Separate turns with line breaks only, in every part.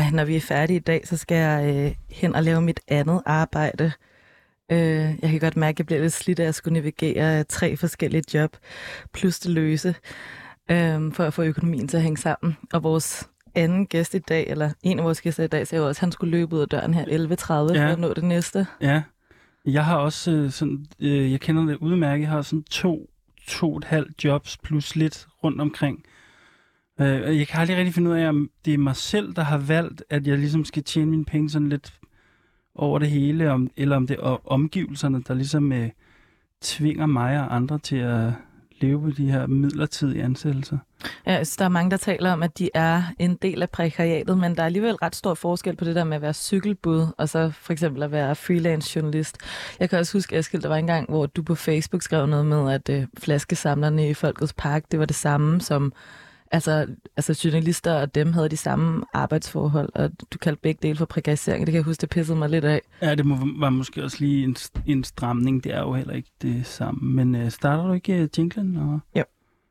når vi er færdige i dag, så skal jeg hen og lave mit andet arbejde. Jeg kan godt mærke, at jeg bliver lidt slidt af at skulle navigere 3 forskellige job, plus det løse, for at få økonomien til at hænge sammen. Og vores anden gæst i dag, eller en af vores gæster i dag, sagde jo også, at han skulle løbe ud af døren her 11.30 for at nå det næste. Ja,
jeg har også sådan, jeg kender det udmærket, jeg har sådan 2,5 jobs plus lidt rundt omkring. Jeg kan aldrig rigtig finde ud af, om det er mig selv, der har valgt, at jeg ligesom skal tjene mine penge sådan lidt over det hele, eller om det er omgivelserne, der ligesom tvinger mig og andre til at leve på de her midlertidige ansættelser.
Ja, så der er mange, der taler om, at de er en del af prekariatet, men der er alligevel ret stor forskel på det der med at være cykelbud, og så for eksempel at være freelance journalist. Jeg kan også huske, Eskild, der var en gang, hvor du på Facebook skrev noget med, at flaskesamlerne i Folkets Park, det var det samme som Altså journalister og dem havde de samme arbejdsforhold, og du kaldte begge dele for prekarisering. Det kan jeg huske, det pissede mig lidt af.
Ja, det var måske også lige en stramning. Det er jo heller ikke det samme. Men starter du ikke jinglen? Og...
Jo.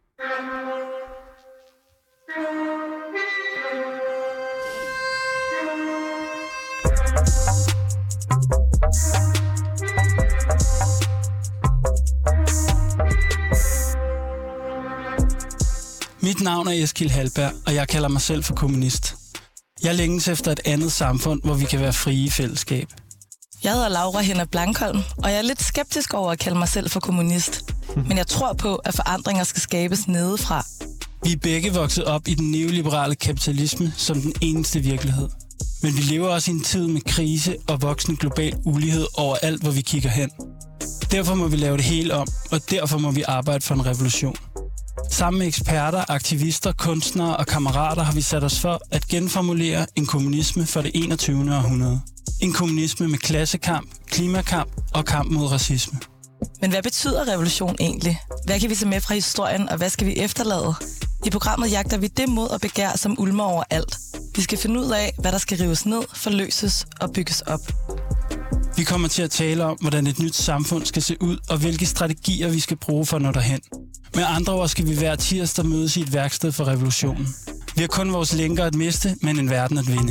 Mit navn er Eskild Halberg, og jeg kalder mig selv for kommunist. Jeg længes efter et andet samfund, hvor vi kan være frie i fællesskab.
Jeg hedder Laura Henner Blankholm, og jeg er lidt skeptisk over at kalde mig selv for kommunist. Men jeg tror på, at forandringer skal skabes nedefra.
Vi er begge vokset op i den neoliberale kapitalisme som den eneste virkelighed. Men vi lever også i en tid med krise og voksende global ulighed overalt, hvor vi kigger hen. Derfor må vi lave det hele om, og derfor må vi arbejde for en revolution. Sammen med eksperter, aktivister, kunstnere og kammerater har vi sat os for at genformulere en kommunisme for det 21. århundrede. En kommunisme med klassekamp, klimakamp og kamp mod racisme.
Men hvad betyder revolution egentlig? Hvad kan vi tage med fra historien, og hvad skal vi efterlade? I programmet jagter vi det mod og begær, som ulmer over alt. Vi skal finde ud af, hvad der skal rives ned, forløses og bygges op.
Vi kommer til at tale om, hvordan et nyt samfund skal se ud, og hvilke strategier vi skal bruge for at nå derhen. Med andre ord skal vi hver tirsdag mødes i et værksted for revolutionen. Vi har kun vores lænker at miste, men en verden at vinde.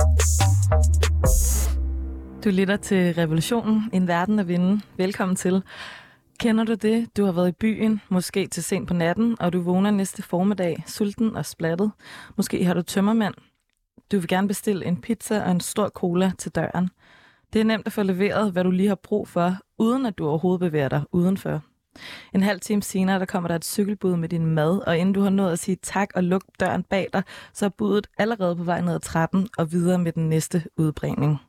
Du lytter til Revolutionen, en verden at vinde. Velkommen til. Kender du det? Du har været i byen, måske til sent på natten, og du vågner næste formiddag, sulten og splattet. Måske har du tømmermænd. Du vil gerne bestille en pizza og en stor cola til døren. Det er nemt at få leveret, hvad du lige har brug for, uden at du overhovedet bevæger dig udenfor. En halv time senere, der kommer der et cykelbud med din mad, og inden du har nået at sige tak og lukke døren bag dig, så er budet allerede på vej ned ad trappen og videre med den næste udbringning.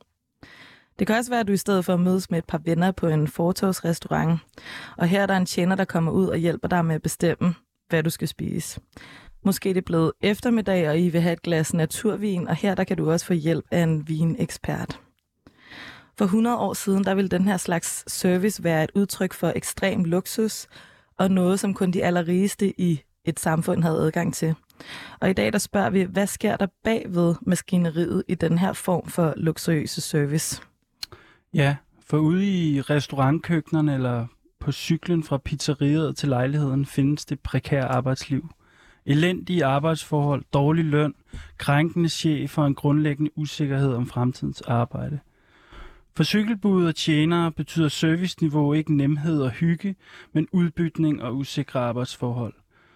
Det kan også være, at du i stedet for at mødes med et par venner på en fortovsrestaurant, og her er der en tjener, der kommer ud og hjælper dig med at bestemme, hvad du skal spise. Måske er det blevet eftermiddag, og I vil have et glas naturvin, og her der kan du også få hjælp af en vinekspert. For 100 år siden, der ville den her slags service være et udtryk for ekstrem luksus, og noget, som kun de allerrigeste i et samfund havde adgang til. Og i dag, der spørger vi, hvad sker der bagved maskineriet i den her form for luksuriøse service?
Ja, for ude i restaurantkøkkenerne eller på cyklen fra pizzeriet til lejligheden findes det prekære arbejdsliv. Elendige arbejdsforhold, dårlig løn, krænkende chef og en grundlæggende usikkerhed om fremtidens arbejde. For cykelbud og tjenere betyder serviceniveau ikke nemhed og hygge, men udbytning og usikre arbejdsforhold.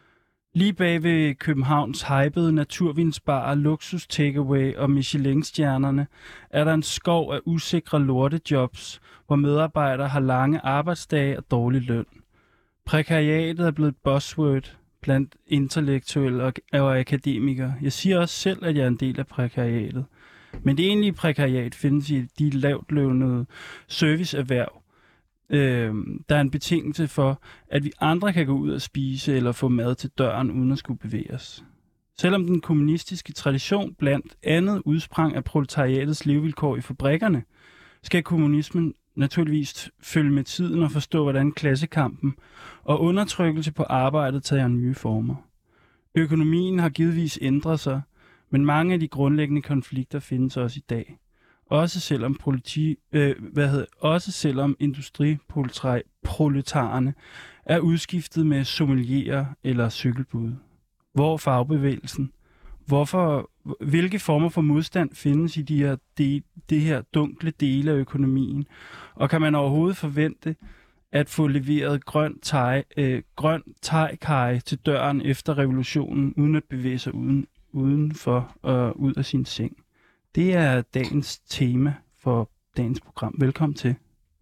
Lige bag ved Københavns hypede naturvinsbar, luksus takeaway og Michelin-stjernerne er der en skov af usikre lortejobs, hvor medarbejdere har lange arbejdsdage og dårlig løn. Prekariatet er blevet et buzzword blandt intellektuelle og akademikere. Jeg siger også selv, at jeg er en del af prekariatet. Men det egentlige prekariat findes i de lavtlønnede serviceerhverv. Der er en betingelse for, at vi andre kan gå ud og spise eller få mad til døren uden at skulle bevæge os. Selvom den kommunistiske tradition blandt andet udsprang af proletariatets levevilkår i fabrikkerne, skal kommunismen naturligvis følge med tiden og forstå, hvordan klassekampen og undertrykkelse på arbejdet tager nye former. Økonomien har givetvis ændret sig, men mange af de grundlæggende konflikter findes også i dag. Også selvom industriproletarerne er udskiftet med sommelierer eller cykelbud. Hvor fagbevægelsen? Hvorfor hvilke former for modstand findes i det her dunkle dele af økonomien? Og kan man overhovedet forvente at få leveret grøn tegkaj til døren efter revolutionen, uden at bevæge sig udenfor og ud af sin seng? Det er dagens tema for dagens program. Velkommen til.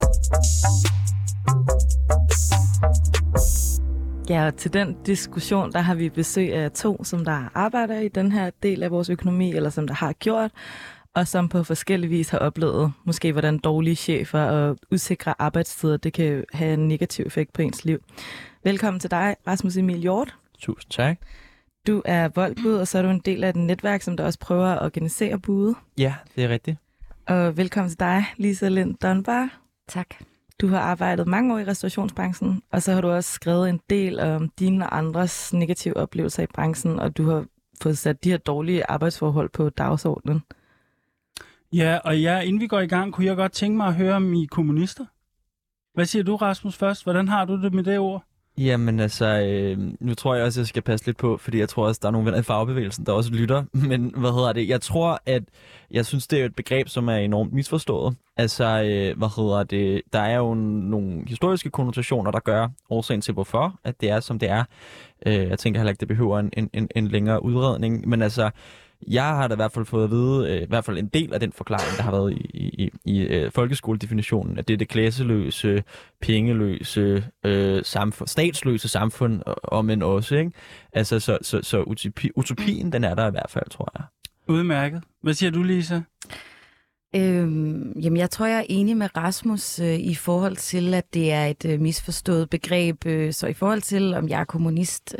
Ja, og til den diskussion, der har vi besøg af to, som der arbejder i den her del af vores økonomi, eller som der har gjort, og som på forskellige vis har oplevet, måske hvordan dårlige chefer og usikre arbejdstider, det kan have en negativ effekt på ens liv. Velkommen til dig, Rasmus Emil Hjort.
Tusind tak.
Du er voldbud, og så er du en del af et netværk, som der også prøver at organisere bude.
Ja, det er rigtigt.
Og velkommen til dig, Lisa Lind Dunbar.
Tak.
Du har arbejdet mange år i restaurationsbranchen, og så har du også skrevet en del om dine og andres negative oplevelser i branchen, og du har fået sat de her dårlige arbejdsforhold på dagsordenen.
Ja, og inden vi går i gang, kunne jeg godt tænke mig at høre om I kommunister. Hvad siger du, Rasmus, først? Hvordan har du det med det ord?
Jamen altså, nu tror jeg også, jeg skal passe lidt på, fordi jeg tror også, der er nogle venner i fagbevægelsen, der også lytter. Men jeg tror, at jeg synes, det er et begreb, som er enormt misforstået. Altså, der er jo nogle historiske konnotationer, der gør årsagen til, hvorfor at det er, som det er. Jeg tænker heller ikke, det behøver en længere udredning. Men altså, jeg har da i hvert fald fået at vide, i hvert fald en del af den forklaring, der har været i folkeskoledefinitionen, at det er det klasseløse, pengeløse, statsløse samfund, men også, ikke? Altså, så utopien, den er der i hvert fald, tror jeg.
Udmærket. Hvad siger du, Lisa?
Jamen, jeg tror, jeg er enig med Rasmus i forhold til, at det er et misforstået begreb. Så i forhold til, om jeg er kommunist,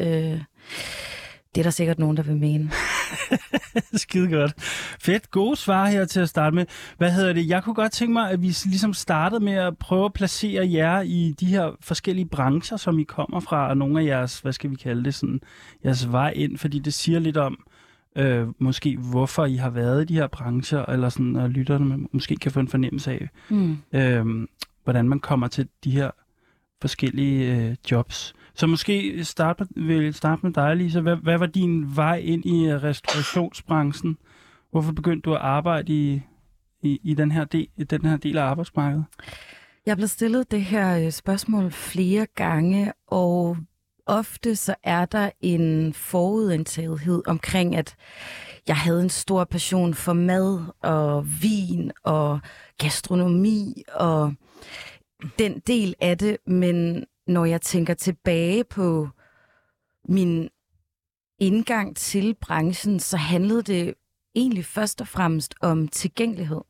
det er der sikkert nogen, der vil mene.
Skide godt. Fedt. Gode svar her til at starte med. Jeg kunne godt tænke mig, at vi ligesom startede med at prøve at placere jer i de her forskellige brancher, som I kommer fra, og nogle af jeres, hvad skal vi kalde det, sådan, jeres vej ind, fordi det siger lidt om, måske hvorfor I har været i de her brancher, eller sådan, og lytterne måske kan få en fornemmelse af, hvordan man kommer til de her forskellige jobs. Så måske vil jeg starte med dig, Lisa. Hvad var din vej ind i restaurationsbranchen? Hvorfor begyndte du at arbejde i den her del af arbejdsmarkedet?
Jeg blev stillet det her spørgsmål flere gange, og ofte så er der en forudindtagethed omkring, at jeg havde en stor passion for mad og vin og gastronomi og den del af det, men når jeg tænker tilbage på min indgang til branchen, så handlede det egentlig først og fremmest om tilgængelighed.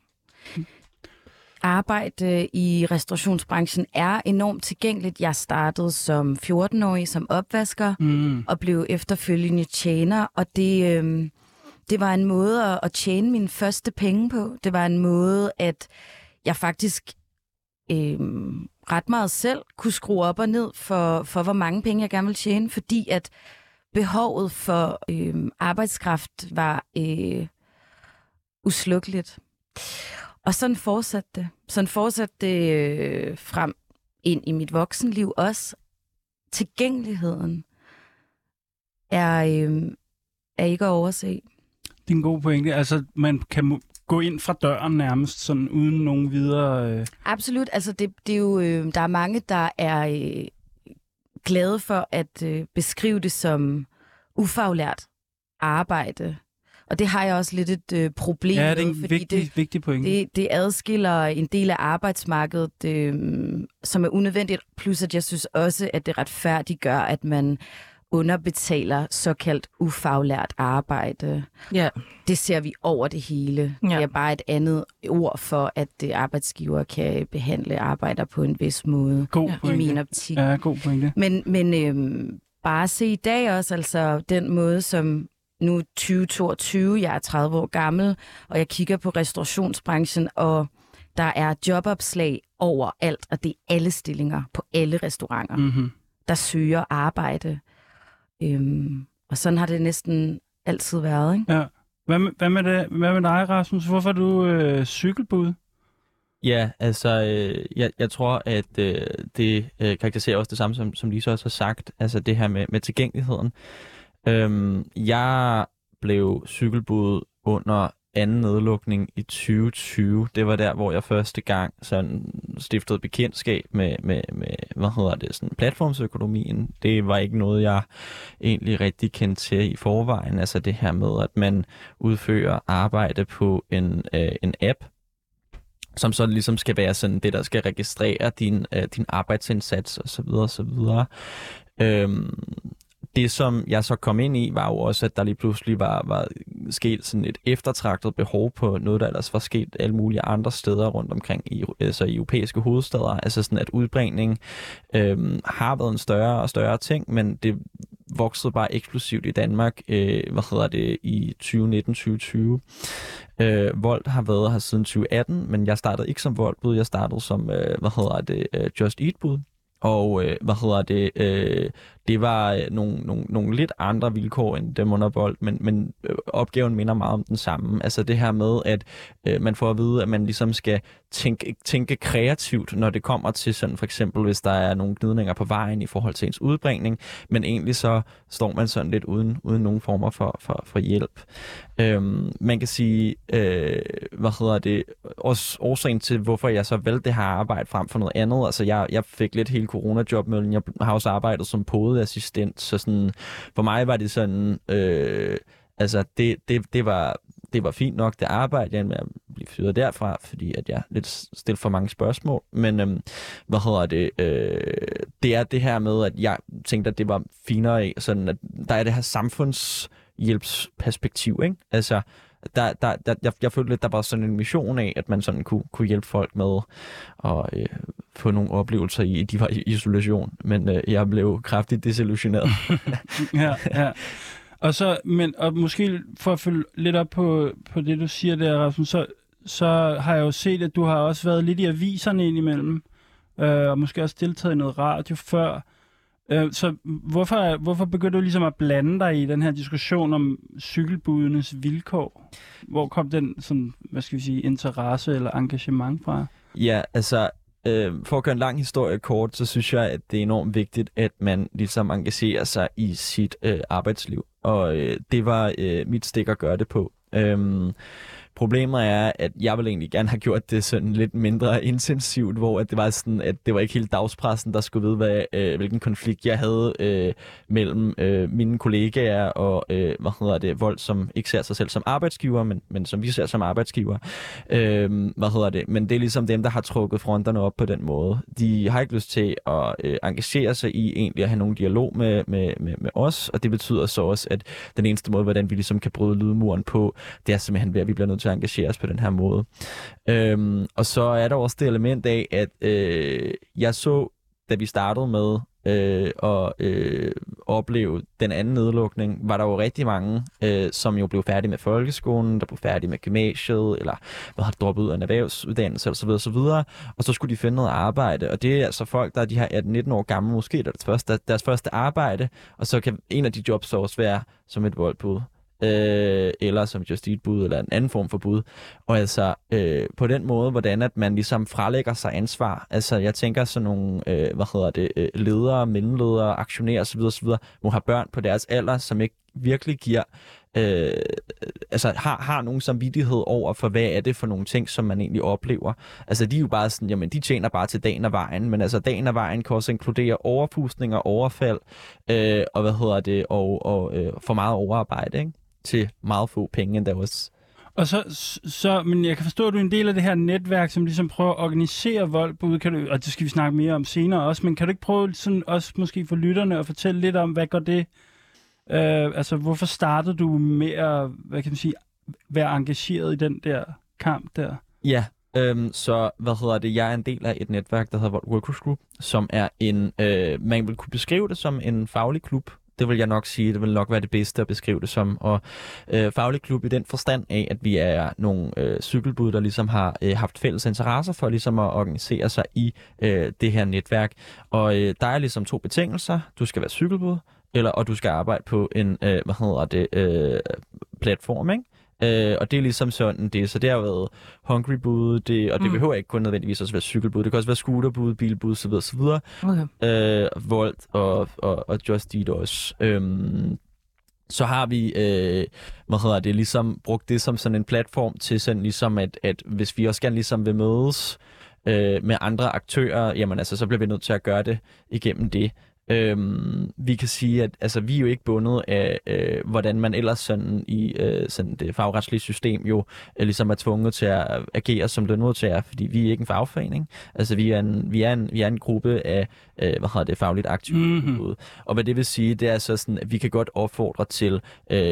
Arbejde i restaurationsbranchen er enormt tilgængeligt. Jeg startede som 14-årig som opvasker og blev efterfølgende tjener, og det var en måde at tjene mine første penge på. Det var en måde, at jeg faktisk ret meget selv kunne skrue op og ned for hvor mange penge jeg gerne ville tjene, fordi at behovet for arbejdskraft var uslukkeligt. Og sådan fortsatte det. Sådan fortsatte det frem ind i mit voksenliv også. Tilgængeligheden er ikke at overse.
Det er en god pointe. Altså, man kan gå ind fra døren nærmest, sådan uden nogen videre...
Absolut. Altså, det er jo, der er mange, der er glade for at beskrive det som ufaglært arbejde. Og det har jeg også lidt et problem med.
Ja, det er en vigtig pointe.
Det adskiller en del af arbejdsmarkedet, som er unødvendigt. Plus at jeg synes også, at det retfærdigt gør, at man underbetaler såkaldt ufaglært arbejde.
Ja.
Det ser vi over det hele. Ja. Det er bare et andet ord for, at arbejdsgiver kan behandle arbejder på en vis måde.
God pointe.
I min optik.
Ja, god pointe.
Men bare se i dag også, altså den måde, som nu 2022, jeg er 30 år gammel, og jeg kigger på restaurationsbranchen, og der er jobopslag overalt, og det er alle stillinger på alle restauranter, der søger arbejde. Og sådan har det næsten altid været, ikke?
Ja. Hvad med dig, Rasmus? Hvorfor er du cykelbud?
Ja, altså, jeg tror, at det karakteriserer også det samme, som Lisa også har sagt. Altså det her med tilgængeligheden. Jeg blev cykelbud under anden nedlukning i 2020. Det var der, hvor jeg første gang sådan stiftede bekendtskab med sådan platformsøkonomien. Det var ikke noget, jeg egentlig rigtig kendte til i forvejen. Altså det her med, at man udfører arbejde på en app, som så ligesom skal være sådan det, der skal registrere din arbejdsindsats osv. Det, som jeg så kom ind i, var jo også, at der lige pludselig var sket sådan et eftertragtet behov på noget, der ellers var sket alle mulige andre steder rundt omkring i europæiske hovedsteder. Altså sådan, at udbringning har været en større og større ting, men det voksede bare eksplosivt i Danmark, i 2019-2020. Volt har været her siden 2018, men jeg startede ikke som Voltbud, jeg startede som, Just Eat-bud. Og det var nogle lidt andre vilkår end dem under Volt, men opgaven minder meget om den samme. Altså det her med, at man får at vide, at man ligesom skal tænke kreativt, når det kommer til sådan for eksempel, hvis der er nogle gnidninger på vejen i forhold til ens udbringning, men egentlig så står man sådan lidt uden nogen former for hjælp. Man kan sige, også årsagen til, hvorfor jeg så valgte det her arbejde frem for noget andet. Altså jeg fik lidt hele coronajobmøllen. Jeg har også arbejdet som podeassistent, så sådan, for mig var det sådan, det var fint nok, det arbejde, jeg med at blive fyret derfra, fordi at jeg lidt stillede for mange spørgsmål. Men det er det her med, at jeg tænkte, at det var finere af, sådan at der er det her samfundshjælpsperspektiv, ikke? Altså, jeg følte lidt, der var sådan en mission af, at man sådan kunne hjælpe folk med at få nogle oplevelser i, de var i isolation. Men jeg blev kraftigt desillusioneret.
Ja. Og måske for at følge lidt op på det, du siger der, Rasmus, så har jeg jo set, at du har også været lidt i aviserne indimellem, og måske også deltaget i noget radio før. Så hvorfor begyndte du ligesom at blande dig i den her diskussion om cykelbudenes vilkår? Hvor kom den sådan, interesse eller engagement fra?
Ja, altså for at gøre en lang historie kort, så synes jeg, at det er enormt vigtigt, at man ligesom engagerer sig i sit arbejdsliv. Og det var mit stik at gøre det på. Problemet er, at jeg ville egentlig gerne have gjort det sådan lidt mindre intensivt, hvor at det var sådan, at det var ikke hele dagspressen, der skulle vide, hvilken konflikt jeg havde mellem mine kollegaer og Volt, som ikke ser sig selv som arbejdsgiver, men som vi ser som arbejdsgiver. Men det er ligesom dem, der har trukket fronterne op på den måde. De har ikke lyst til at engagere sig i egentlig at have nogen dialog med os, og det betyder så også, at den eneste måde, hvordan vi ligesom kan bryde lydmuren på, det er simpelthen ved, at vi bliver nødt til at engagere os på den her måde. Og så er der også det element af, at jeg så, da vi startede med at opleve den anden nedlukning, var der jo rigtig mange, som jo blev færdige med folkeskolen, der blev færdige med gymnasiet, eller har droppet ud af en erhvervsuddannelse osv. Og så skulle de finde noget arbejde. Og det er altså folk, der er de her 18-19 år gamle, måske deres første arbejde, og så kan en af de jobs så også være som et Voltbud. Eller som Just Eat-bud, eller en anden form for bud. Og altså, på den måde, hvordan at man ligesom frelægger sig ansvar. Altså, jeg tænker sådan nogle, ledere, mellemledere, aktionærer osv., må have børn på deres alder, som ikke virkelig giver, har nogen samvittighed over for, hvad er det for nogle ting, som man egentlig oplever. Altså, de er jo bare sådan, jamen, de tjener bare til dagen og vejen, men altså, dagen og vejen kan også inkludere overpustninger, overfald, og for meget overarbejde, ikke? Til meget få penge endda også.
Og men jeg kan forstå, at du er en del af det her netværk, som ligesom prøver at organisere Voltbud, og det skal vi snakke mere om senere også, men kan du ikke prøve sådan også måske for lytterne at fortælle lidt om, hvad går det, hvorfor startede du med at, være engageret i den der kamp der?
Ja, jeg er en del af et netværk, der hedder Volt Workers Group, som er man vil kunne beskrive det som en faglig klub. Det vil jeg nok sige, det vil nok være det bedste at beskrive det som. Og faglig klub i den forstand af, at vi er nogle cykelbud, der ligesom har haft fælles interesser for ligesom at organisere sig i det her netværk. Og der er ligesom 2 betingelser. Du skal være cykelbud, og du skal arbejde på en platform, ikke? Og det er ligesom sådan det. Så det har været Hungry-bud, og det behøver ikke kun nødvendigvis også være cykelbud. Det kan også være scooterbud, bilbud, så videre. Okay. Volt og Just Eat også. så har vi ligesom brugt det som sådan en platform til sådan ligesom, at hvis vi også gerne ligesom vil mødes med andre aktører, jamen altså, så bliver vi nødt til at gøre det igennem det. Vi kan sige, at altså, vi er jo ikke bundet af, hvordan man ellers sådan i sådan det fagretslige system jo ligesom er tvunget til at agere som lønmodtager, fordi vi er ikke en fagforening. Altså, vi er en gruppe af fagligt aktive. Mm-hmm. Og hvad det vil sige, det er så sådan, at vi kan godt opfordre til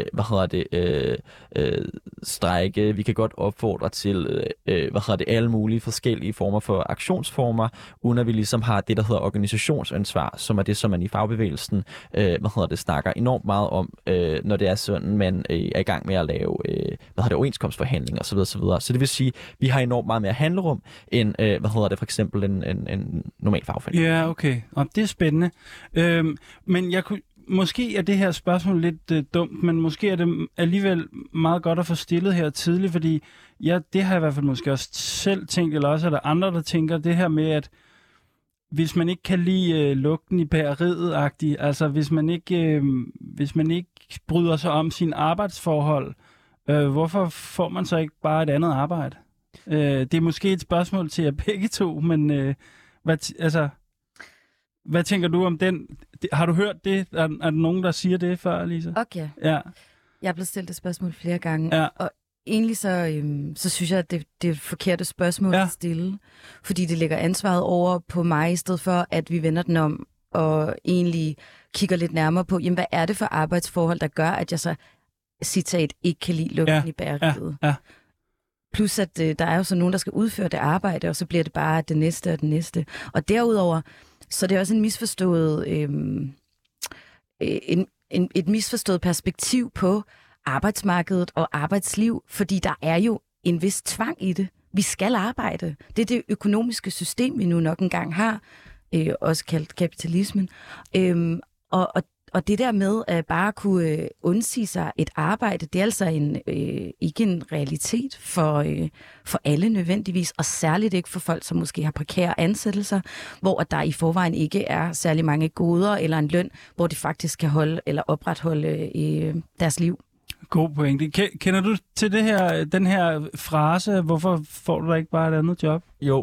strejke, vi kan godt opfordre til alle mulige forskellige former for aktionsformer, uden at vi ligesom har det, der hedder organisationsansvar, som er det, som man i fagbevægelsen snakker enormt meget om, når det er sådan, man er i gang med at lave overenskomstforhandlinger osv. Så det vil sige, vi har enormt meget mere handlerum end for eksempel en normal fagforening.
Ja, okay. Og det er spændende. Men måske er det her spørgsmål lidt dumt, men måske er det alligevel meget godt at få stillet her tidligt, fordi det har jeg i hvert fald måske også selv tænkt, eller også er der andre, der tænker det her med, at hvis man ikke kan lide lugten i bageriet-agtigt, altså hvis man ikke bryder sig om sin arbejdsforhold, hvorfor får man så ikke bare et andet arbejde? Det er måske et spørgsmål til jer begge to, men hvad tænker du om den? Har du hørt det? Er der nogen, der siger det før, Lisa?
Okay.
Ja.
Jeg er blevet stillet et spørgsmål flere gange,
ja.
Og egentlig så synes jeg, at det er et forkerte spørgsmål at stille, fordi det lægger ansvaret over på mig, i stedet for, at vi vender den om og egentlig kigger lidt nærmere på, jamen, hvad er det for arbejdsforhold, der gør, at jeg så, citat, ikke kan lide lugten i bageriet. Ja. Plus, at der er jo så nogen, der skal udføre det arbejde, og så bliver det bare det næste og det næste. Og derudover, så det er også en misforstået, et misforstået perspektiv på arbejdsmarkedet og arbejdsliv, fordi der er jo en vis tvang i det. Vi skal arbejde. Det er det økonomiske system, vi nu nok engang har, også kaldt kapitalismen. Og det der med at bare kunne undsige sig et arbejde, det er altså ikke en realitet for alle nødvendigvis, og særligt ikke for folk, som måske har prekære ansættelser, hvor der i forvejen ikke er særlig mange goder eller en løn, hvor de faktisk kan holde eller opretholde deres liv.
God pointe. Kender du til den her frase, hvorfor får du da ikke bare et andet job?
Jo,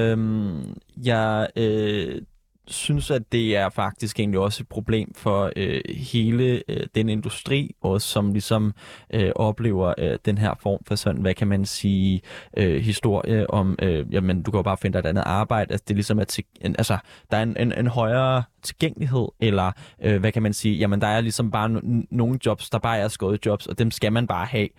jeg synes, at det er faktisk egentlig også et problem for hele den industri, også som ligesom oplever den her form for sådan, hvad kan man sige, historie om, jamen du kan jo bare finde dig et andet arbejde, altså det ligesom der er en højere tilgængelighed, eller hvad kan man sige, jamen der er ligesom bare nogle jobs, der bare er skåret jobs, og dem skal man bare have.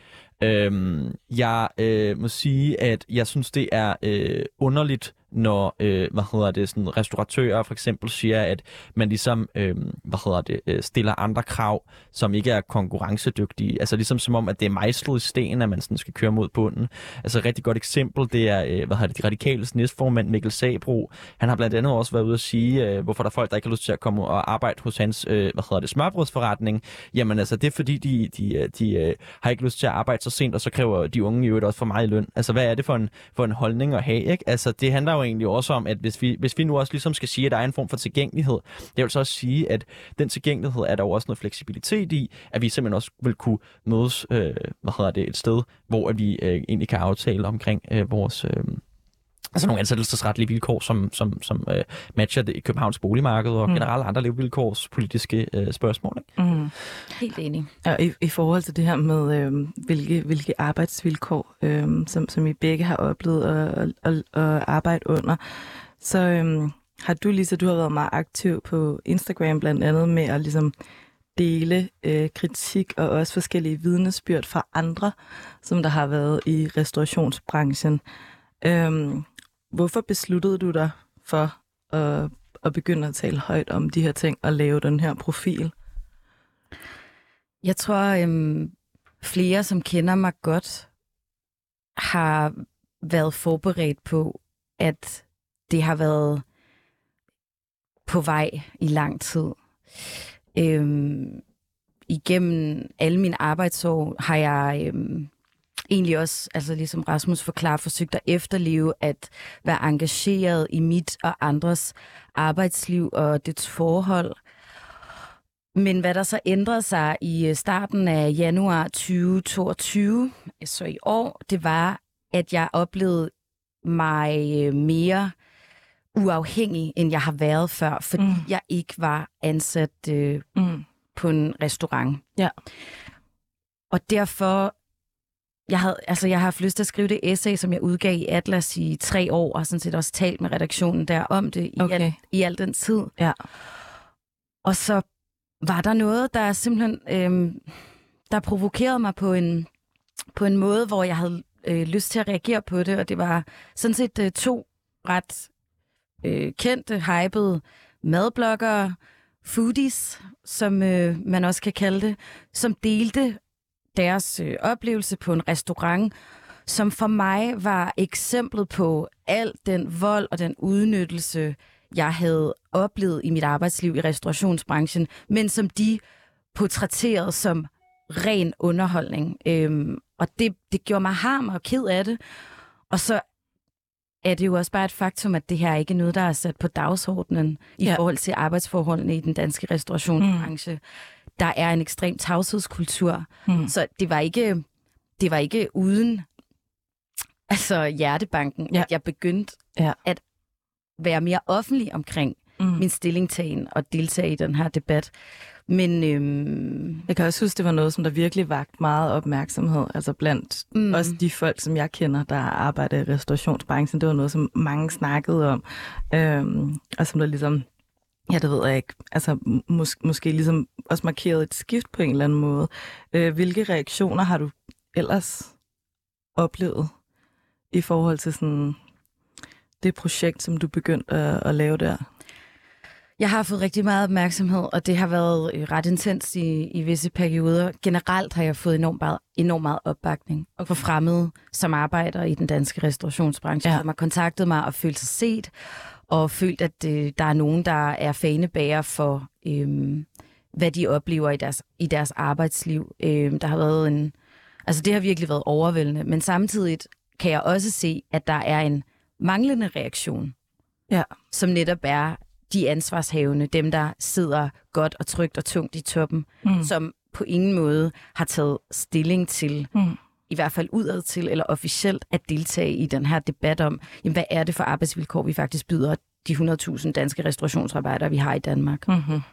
Jeg må sige, at jeg synes, det er underligt, når sådan restauratører for eksempel siger, at man ligesom stiller andre krav, som ikke er konkurrencedygtige. Altså ligesom som om, at det er mejslet i sten, at man sådan skal køre mod bunden. Altså et rigtig godt eksempel, det er de radikales næstformand Mikkel Sabro. Han har blandt andet også været ude at sige, hvorfor der er folk, der ikke har lyst til at komme og arbejde hos hans smørbrødsforretning. Jamen altså, det er fordi, de har ikke lyst til at arbejde så sent, og så kræver de unge jo også for meget i løn. Altså, hvad er det for en holdning at have, ikke? Altså, det handler jo egentlig også om, at hvis vi nu også ligesom skal sige, at der er en form for tilgængelighed, det vil så også sige, at den tilgængelighed er der jo også noget fleksibilitet i, at vi simpelthen også vil kunne mødes et sted, hvor vi egentlig kan aftale omkring vores nogle ansættelsesretlige vilkår, som matcher det i Københavns boligmarked og generelt andre levevilkårs politiske spørgsmål. Ikke?
Mm. Helt enig.
Og i forhold til det her med, hvilke arbejdsvilkår, som I begge har oplevet at arbejde under, så har du, Lisa, du har været meget aktiv på Instagram blandt andet med at ligesom dele kritik og også forskellige vidnesbyrd fra andre, som der har været i restaurationsbranchen. Hvorfor besluttede du dig for at begynde at tale højt om de her ting og lave den her profil?
Jeg tror, flere, som kender mig godt, har været forberedt på, at det har været på vej i lang tid. Igennem alle mine arbejdsår har jeg egentlig også, altså ligesom Rasmus forklarer, forsøgt at efterleve at være engageret i mit og andres arbejdsliv og dets forhold. Men hvad der så ændrede sig i starten af januar 2022, så i år, det var, at jeg oplevede mig mere uafhængig, end jeg har været før, fordi jeg ikke var ansat på en restaurant.
Ja.
Og derfor, jeg har haft lyst til at skrive det essay, som jeg udgav i Atlas i 3 år, og sådan set også talt med redaktionen der om det i al den tid.
Ja.
Og så var der noget, der simpelthen der provokerede mig på en måde, hvor jeg havde lyst til at reagere på det, og det var sådan set 2 ret kendte, hypede madbloggere, foodies, som man også kan kalde det, som delte deres oplevelse på en restaurant, som for mig var eksemplet på al den vold og den udnyttelse, jeg havde oplevet i mit arbejdsliv i restaurationsbranchen, men som de portrætterede som ren underholdning. Og det gjorde mig harm og ked af det. Og så er det jo også bare et faktum, at det her ikke er noget, der er sat på dagsordenen i forhold til arbejdsforholdene i den danske restaurationsbranche. Der er en ekstrem tavshedskultur. Så det var ikke uden hjertebanken, at jeg begyndte at være mere offentlig omkring min stillingtagen og deltage i den her debat. Men
jeg kan også huske, det var noget, som der virkelig vagt meget opmærksomhed. Altså blandt også de folk, som jeg kender, der arbejder i restaurationsbranchen. Det var noget, som mange snakkede om. Og som der ligesom, det ved jeg ikke, altså måske ligesom også markeret et skift på en eller anden måde. Hvilke reaktioner har du ellers oplevet i forhold til sådan det projekt, som du begyndte at lave der?
Jeg har fået rigtig meget opmærksomhed, og det har været ret intens i visse perioder. Generelt har jeg fået enormt meget opbakning for fremmede, som arbejder i den danske restaurationsbranche, som har kontaktet mig og følt sig set, og følt, at der er nogen, der er fanebærer for, hvad de oplever i deres arbejdsliv. Der har været det har virkelig været overvældende, men samtidig kan jeg også se, at der er en manglende reaktion, som netop er de ansvarshavende, dem der sidder godt og trygt og tungt i toppen, som på ingen måde har taget stilling til, i hvert fald udad til eller officielt, at deltage i den her debat om, jamen, hvad er det for arbejdsvilkår, vi faktisk byder de 100.000 danske restaurationsarbejdere, vi har i Danmark.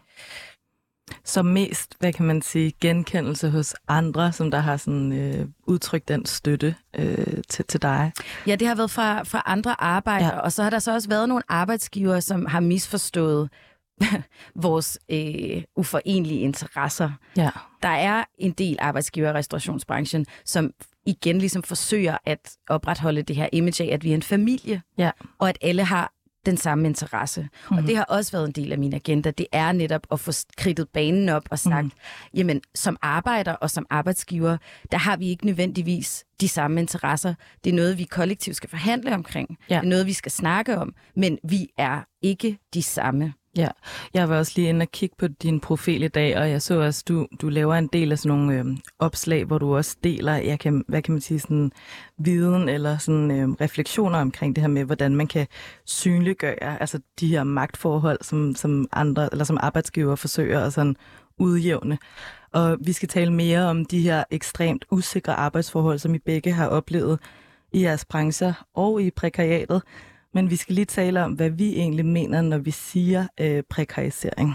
Så mest, hvad kan man sige, genkendelse hos andre, som der har sådan udtrykt den støtte til dig?
Ja, det har været fra andre arbejdere, og så har der så også været nogle arbejdsgivere, som har misforstået vores uforenlige interesser.
Ja.
Der er en del arbejdsgivere i restaurationsbranchen, som igen ligesom forsøger at opretholde det her image af, at vi er en familie, og at alle har den samme interesse. Og det har også været en del af min agenda. Det er netop at få kridtet banen op og sagt, jamen som arbejder og som arbejdsgiver, der har vi ikke nødvendigvis de samme interesser. Det er noget, vi kollektivt skal forhandle omkring. Det er noget, vi skal snakke om, men vi er ikke de samme.
Ja, jeg var også lige inde og kigge på din profil i dag, og jeg så også, du laver en del af sådan nogle opslag, hvor du også deler, hvad kan man sige, sådan viden eller sådan refleksioner omkring det her med, hvordan man kan synliggøre altså de her magtforhold, som andre eller som arbejdsgiver forsøger at sådan udjævne. Og vi skal tale mere om de her ekstremt usikre arbejdsforhold, som I begge har oplevet i jeres brancher og i prekariatet. Men vi skal lige tale om, hvad vi egentlig mener, når vi siger prekarisering.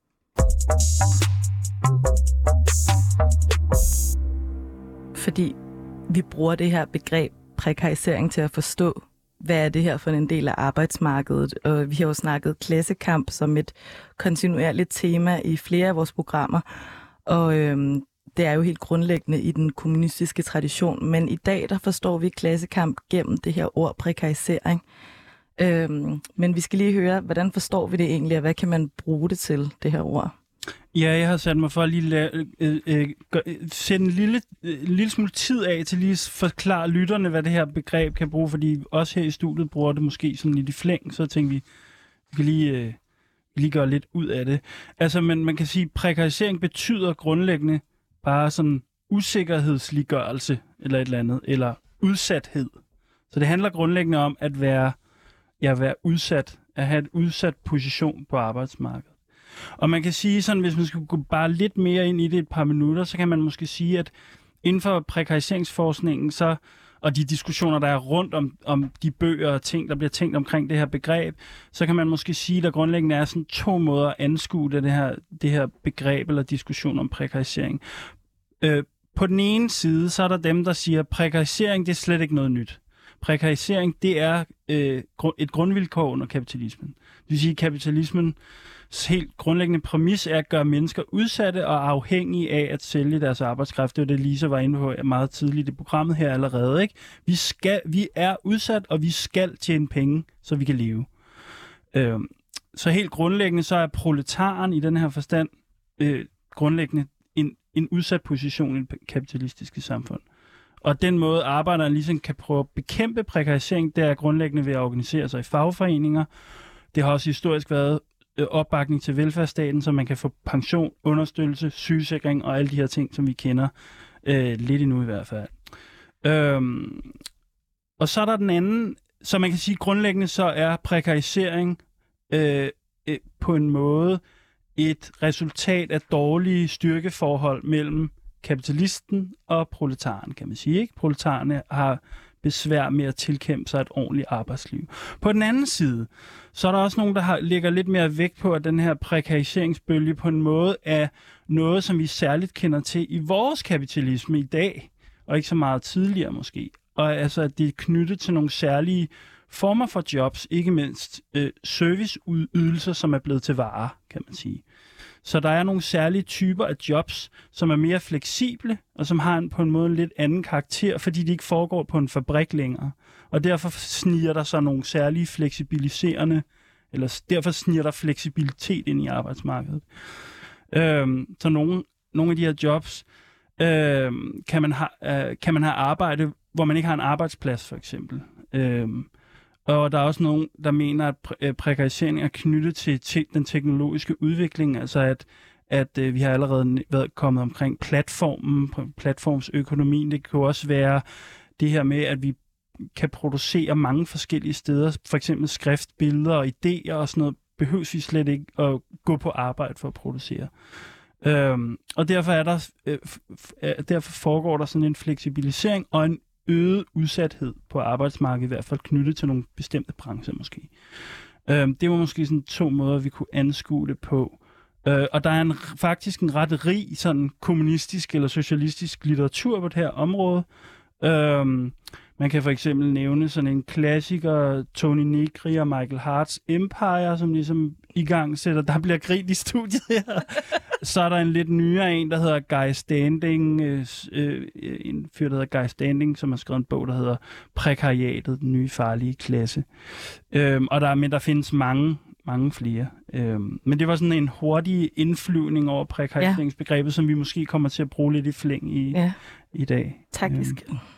Fordi vi bruger det her begreb prekarisering til at forstå, hvad er det her for en del af arbejdsmarkedet. Og vi har jo snakket klassekamp som et kontinuerligt tema i flere af vores programmer. Og det er jo helt grundlæggende i den kommunistiske tradition. Men i dag, der forstår vi klassekamp gennem det her ord prekarisering. Men vi skal lige høre, hvordan forstår vi det egentlig, og hvad kan man bruge det til, det her ord?
Ja, jeg har sat mig for at lige sætte en lille smule tid af til lige at forklare lytterne, hvad det her begreb kan bruge, fordi også her i studiet bruger det måske sådan lidt i flæng, så tænkte vi kan lige gøre lidt ud af det. Altså, men man kan sige, at prekarisering betyder grundlæggende bare sådan usikkerhedsliggørelse eller et eller andet, eller udsathed. Så det handler grundlæggende om at være udsat, at have en udsat position på arbejdsmarkedet. Og man kan sige sådan, hvis man skal gå bare lidt mere ind i det et par minutter, så kan man måske sige, at inden for prekariseringsforskningen, og de diskussioner, der er rundt om de bøger og ting, der bliver tænkt omkring det her begreb, så kan man måske sige, at der grundlæggende er sådan 2 måder at anskue det her begreb eller diskussion om prekarisering. På den ene side, så er der dem, der siger, at prekarisering, det er slet ikke noget nyt. Prekarisering, det er et grundvilkår under kapitalismen. Det vil sige, at kapitalismens helt grundlæggende præmis er at gøre mennesker udsatte og afhængige af at sælge deres arbejdskraft. Det var det, Lisa var inde på meget tidligt i programmet her allerede. Ikke? Vi er udsat, og vi skal tjene penge, så vi kan leve. Så helt grundlæggende, så er proletaren i den her forstand grundlæggende en udsat position i det kapitalistiske samfund. Og den måde, arbejderne ligesom kan prøve at bekæmpe prekarisering, det er grundlæggende ved at organisere sig i fagforeninger. Det har også historisk været opbakning til velfærdsstaten, så man kan få pension, understøttelse, sygesikring og alle de her ting, som vi kender lidt endnu i hvert fald. Og så er der den anden, så man kan sige grundlæggende, så er prekarisering på en måde et resultat af dårlige styrkeforhold mellem kapitalisten og proletaren, kan man sige. Ikke? Proletarerne har besvær med at tilkæmpe sig et ordentligt arbejdsliv. På den anden side, så er der også nogen, der lægger lidt mere vægt på, at den her prekariseringsbølge på en måde er noget, som vi særligt kender til i vores kapitalisme i dag, og ikke så meget tidligere måske. Og altså, at det er knyttet til nogle særlige former for jobs, ikke mindst serviceydelser, som er blevet til varer, kan man sige. Så der er nogle særlige typer af jobs, som er mere fleksible, og som har på en måde en lidt anden karakter, fordi de ikke foregår på en fabrik længere. Og derfor sniger der så nogle særlige fleksibiliserende, eller derfor sniger der fleksibilitet ind i arbejdsmarkedet. Så nogle af de her jobs kan man have arbejde, hvor man ikke har en arbejdsplads, for eksempel. Og der er også nogen, der mener, at prekarisering er knyttet til den teknologiske udvikling, altså at vi har allerede været kommet omkring platformsøkonomien. Det kan også være det her med, at vi kan producere mange forskellige steder, for eksempel skrift, billeder og idéer og sådan noget, behøves vi slet ikke at gå på arbejde for at producere. Og derfor foregår der sådan en fleksibilisering og en øget udsathed på arbejdsmarkedet, i hvert fald knyttet til nogle bestemte brancher måske. Det var måske sådan 2 måder, vi kunne anskue det på. Og der er faktisk en ret rig sådan kommunistisk eller socialistisk litteratur på det her område. Man kan for eksempel nævne sådan en klassiker, Tony Negri og Michael Harts Empire, som ligesom i gang sætter, der bliver grint i studiet her. Så er der en lidt nyere en, der hedder Guy Standing, en fyr, der hedder Guy Standing, som har skrevet en bog, der hedder Prekariatet, den nye farlige klasse. Og der findes mange flere. Men det var sådan en hurtig indflyvning over prekariseringsbegrebet, som vi måske kommer til at bruge lidt i flæng i dag.
Taktisk.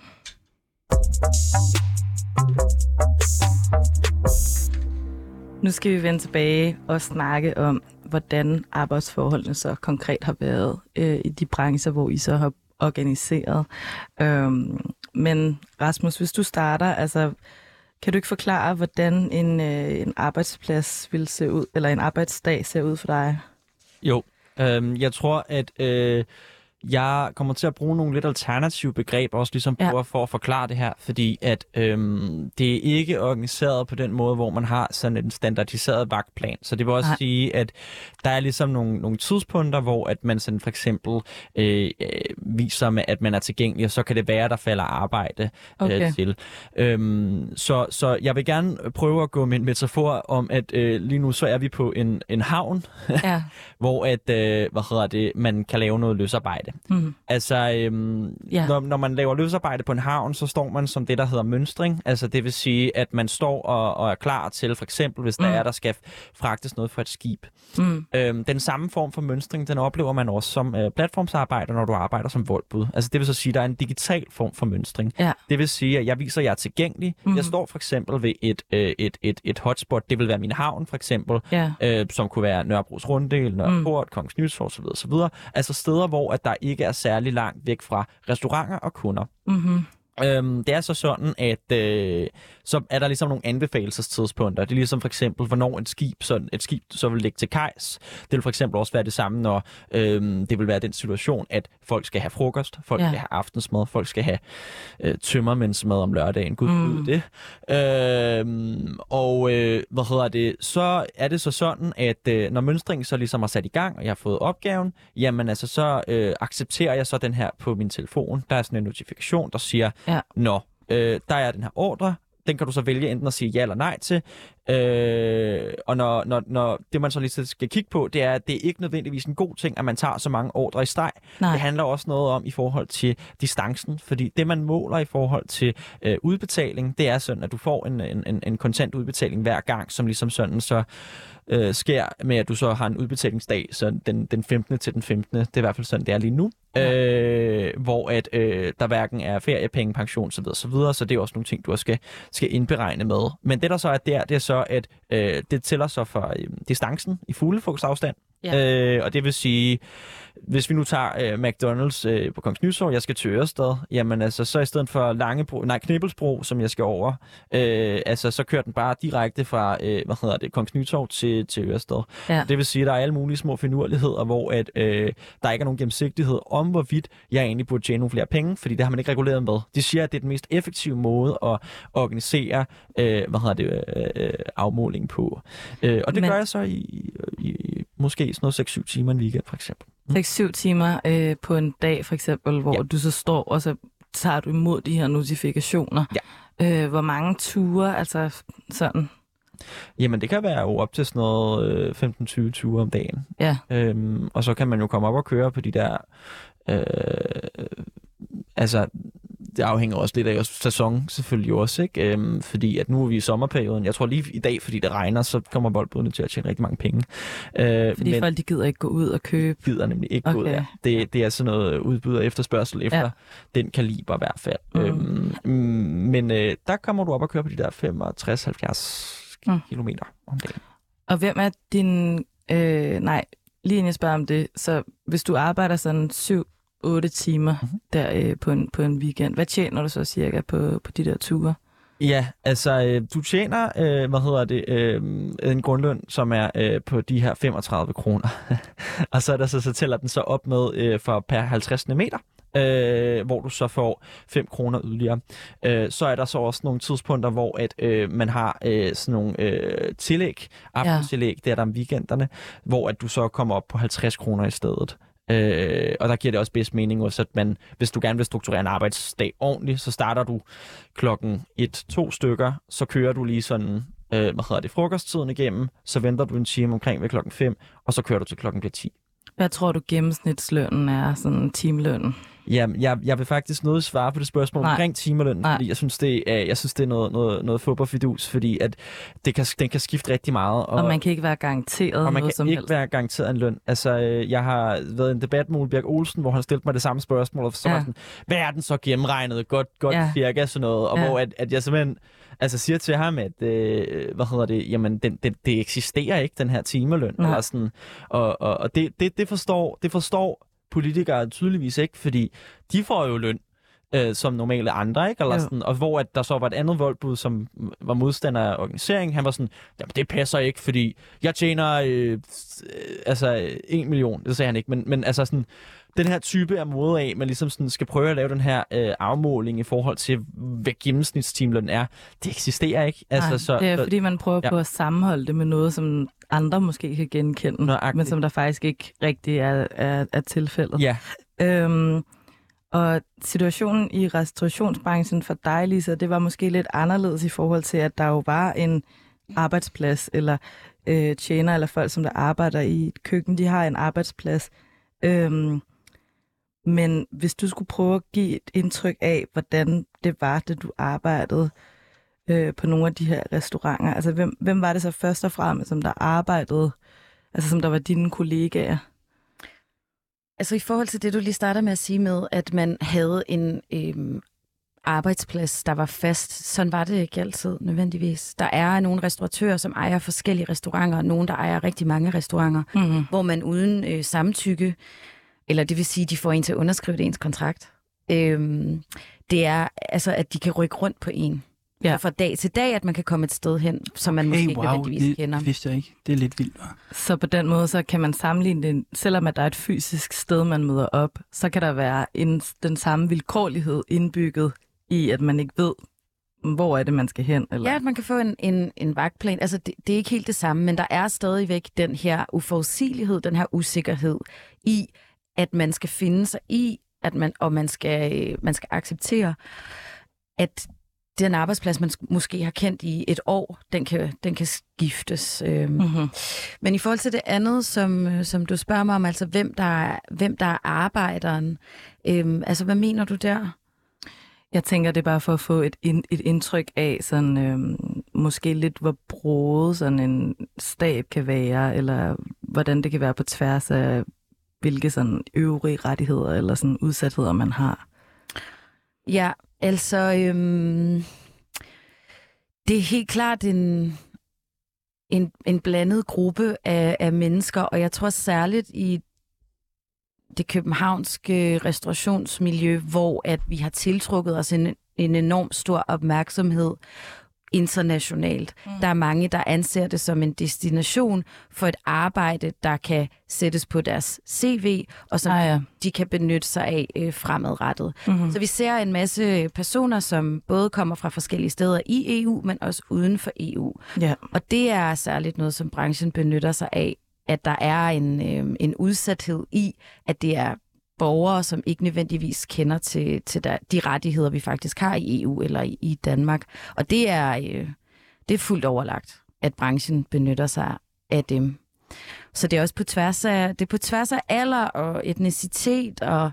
Nu skal vi vende tilbage og snakke om, hvordan arbejdsforholdene så konkret har været i de brancher, hvor I så har organiseret. Men Rasmus, hvis du starter, altså, kan du ikke forklare, hvordan en arbejdsplads vil se ud, eller en arbejdsdag ser ud for dig?
Jo, jeg tror, at jeg kommer til at bruge nogle lidt alternative begreber, også ligesom for at forklare det her, fordi at det er ikke organiseret på den måde, hvor man har sådan en standardiseret vagtplan. Så det vil også sige, at der er ligesom nogle tidspunkter, hvor at man sådan for eksempel viser med, at man er tilgængelig, og så kan det være, at der falder arbejde til. Så jeg vil gerne prøve at gå med en metafor om, at lige nu så er vi på en havn, hvor at, man kan lave noget løsarbejde. Mm. Altså, når man laver løsarbejde på en havn, så står man som det, der hedder mønstring. Altså, det vil sige, at man står og er klar til, for eksempel, hvis der skal fragtes noget fra et skib. Mm. Den samme form for mønstring, den oplever man også som platformsarbejder, når du arbejder som voldbud. Altså, det vil så sige, at der er en digital form for mønstring. Ja. Det vil sige, at jeg viser, at jeg er tilgængelig. Mm. Jeg står for eksempel ved et hotspot. Det vil være min havn, for eksempel, som kunne være Nørrebros Runddel, Nørreport, Kongens Nytorv, osv. Altså steder, hvor at der ikke er særlig langt væk fra restauranter og kunder. Mm-hmm. Det er så sådan, at så er der ligesom nogle anbefalelsestidspunkter. Det er ligesom for eksempel, hvornår et skib så vil ligge til kajs. Det vil for eksempel også være det samme, når det vil være den situation, at folk skal have frokost, folk skal have aftensmad, folk skal have tømmermændsmad om lørdagen. Gud ved det. Så er det så sådan, at når mønstringen så ligesom er sat i gang, og jeg har fået opgaven, jamen altså så accepterer jeg så den her på min telefon. Der er sådan en notifikation, der siger, der er den her ordre, den kan du så vælge enten at sige ja eller nej til. Og når det, man så lige skal kigge på, det er, at det er ikke nødvendigvis en god ting, at man tager så mange ordre i streg. Nej. Det handler også noget om i forhold til distancen, fordi det, man måler i forhold til udbetaling, det er sådan, at du får en kontant udbetaling hver gang, som ligesom sådan så sker med, at du så har en udbetalingsdag, så den 15. til den 15. Det er i hvert fald sådan, det er lige nu. Hvor at der hverken er feriepenge, pension så videre, så det er også nogle ting, du også skal indberegne med. Men det der så er det er så, at det tæller så for distancen i fuglefrugtsafstand. Og det vil sige, hvis vi nu tager McDonald's på Kongens Nytorv, jeg skal til Ørestad, jamen altså så i stedet for Knibbelsbro, som jeg skal over, så kører den bare direkte fra Kongens Nytorv til Ørestad. Ja. Det vil sige, at der er alle mulige små finurligheder, hvor at, der ikke er nogen gennemsigtighed om, hvorvidt jeg egentlig burde tjene nogle flere penge, fordi det har man ikke reguleret med. De siger, at det er den mest effektive måde at organisere afmåling på. Og det gør jeg så i måske sådan noget 6-7 timer en weekend, for eksempel.
6-7 timer på en dag, for eksempel, hvor du så står, og så tager du imod de her notifikationer. Ja. Hvor mange ture, altså sådan?
Jamen, det kan være jo op til sådan noget 15-20 ture om dagen. Ja. Og så kan man jo komme op og køre på de der... det afhænger også lidt af sæson selvfølgelig også, ikke? Fordi at nu er vi i sommerperioden. Jeg tror lige i dag, fordi det regner, så kommer boldbudene til at tjene rigtig mange penge.
Fordi folk, de gider ikke gå ud og købe?
Gider nemlig ikke gå ud, ja. Det er sådan noget udbud og efterspørgsel efter den kaliber i hvert fald. Men der kommer du op og køre på de der 65-70 kilometer om dagen.
Og hvem er din... lige inden jeg spørger om det, så hvis du arbejder sådan 7-8 timer der på en weekend. Hvad tjener du så cirka på de der ture?
Ja, altså du tjener, en grundløn, som er på de her 35 kroner. Og så er der så tæller den så op med for per 50 meter. Hvor du så får 5 kroner yderligere. Så er der så også nogle tidspunkter, hvor at man har sådan nogle tillæg, aftenstillæg, der om weekenderne, hvor at du så kommer op på 50 kroner i stedet. Og der giver det også bedst mening, så at hvis du gerne vil strukturere en arbejdsdag ordentligt, så starter du klokken 1-2 stykker, så kører du lige sådan, frokosttiden igennem, så venter du en time omkring ved klokken 5, og så kører du til klokken 10. Hvad
tror du gennemsnitslønnen er, sådan timelønnen?
Jamen, jeg vil faktisk noget svare på det spørgsmål omkring timelønnen, fordi jeg synes, det er noget fodboldfidus, fordi at den kan skifte rigtig meget.
Og man kan ikke være garanteret
og man
noget
kan ikke være garanteret en løn. Altså, jeg har været i en debat med Ole Bjerg Olsen, hvor han stillede mig det samme spørgsmål, og så var sådan, hvad er den så gennemregnet? Godt cirka sådan noget, og hvor at jeg simpelthen siger til ham, at jamen, det eksisterer ikke, den her timeløn. Eller sådan, og det forstår politikere tydeligvis ikke, fordi de får jo løn som normale andre, ikke? Eller sådan, og hvor at der så var et andet voldbud, som var modstander af organiseringen, han var sådan, jamen det passer ikke, fordi jeg tjener 1 million, det sagde han ikke, men altså sådan, den her type af måde af, man ligesom sådan skal prøve at lave den her afmåling i forhold til, hvad gennemsnitstimeløn er, det eksisterer ikke. Altså,
det er fordi, man prøver på at sammenholde det med noget, som andre måske kan genkende, men som der faktisk ikke rigtig er tilfældet. Ja. Og situationen i restaurationsbranchen for dig, Lisa, det var måske lidt anderledes i forhold til, at der jo var en arbejdsplads, eller tjener, eller folk, som der arbejder i et køkken, de har en arbejdsplads. Men hvis du skulle prøve at give et indtryk af, hvordan det var, da du arbejdede på nogle af de her restauranter, altså hvem var det så først og fremmest, som der arbejdede, altså som der var dine kollegaer?
Altså i forhold til det, du lige starter med at sige med, at man havde en arbejdsplads, der var fast, sådan var det ikke altid nødvendigvis. Der er nogle restauratører, som ejer forskellige restauranter, og nogle, der ejer rigtig mange restauranter, hvor man uden samtykke, eller det vil sige, de får en til at underskrive ens kontrakt, det er, altså, at de kan rykke rundt på en. Ja. Så fra dag til dag, at man kan komme et sted hen, som man måske ikke nødvendigvis kender.
Det vidste jeg ikke. Det er lidt vildt.
Så på den måde, så kan man sammenligne det, selvom at der er et fysisk sted, man møder op, så kan der være den samme vilkårlighed indbygget i, at man ikke ved, hvor er det, man skal hen? Eller?
Ja, at man kan få en vagtplan. Altså, det er ikke helt det samme, men der er stadigvæk den her uforudsigelighed, den her usikkerhed i, at man skal finde sig i, man skal acceptere, at den arbejdsplads, man måske har kendt i et år, den kan skiftes. Men i forhold til det andet, som du spørger mig om, altså hvem der er arbejderen, altså hvad mener du der?
Jeg tænker, det er bare for at få et indtryk af, sådan, måske lidt, hvor broget sådan en stab kan være, eller hvordan det kan være på tværs af, hvilke sådan øvrige rettigheder eller sådan udsatheder, man har.
Ja, altså, det er helt klart en blandet gruppe af mennesker, og jeg tror særligt i det københavnske restaurationsmiljø, hvor at vi har tiltrukket os en enorm stor opmærksomhed internationalt. Der er mange, der anser det som en destination for et arbejde, der kan sættes på deres CV, og som de kan benytte sig af fremadrettet. Så vi ser en masse personer, som både kommer fra forskellige steder i EU, men også uden for EU. Og det er særligt noget, som branchen benytter sig af, at der er en udsathed i, at det er borgere, som ikke nødvendigvis kender til de rettigheder, vi faktisk har i EU eller i Danmark. Og det er fuldt overlagt, at branchen benytter sig af dem. Så det er også på tværs af alder og etnicitet, og,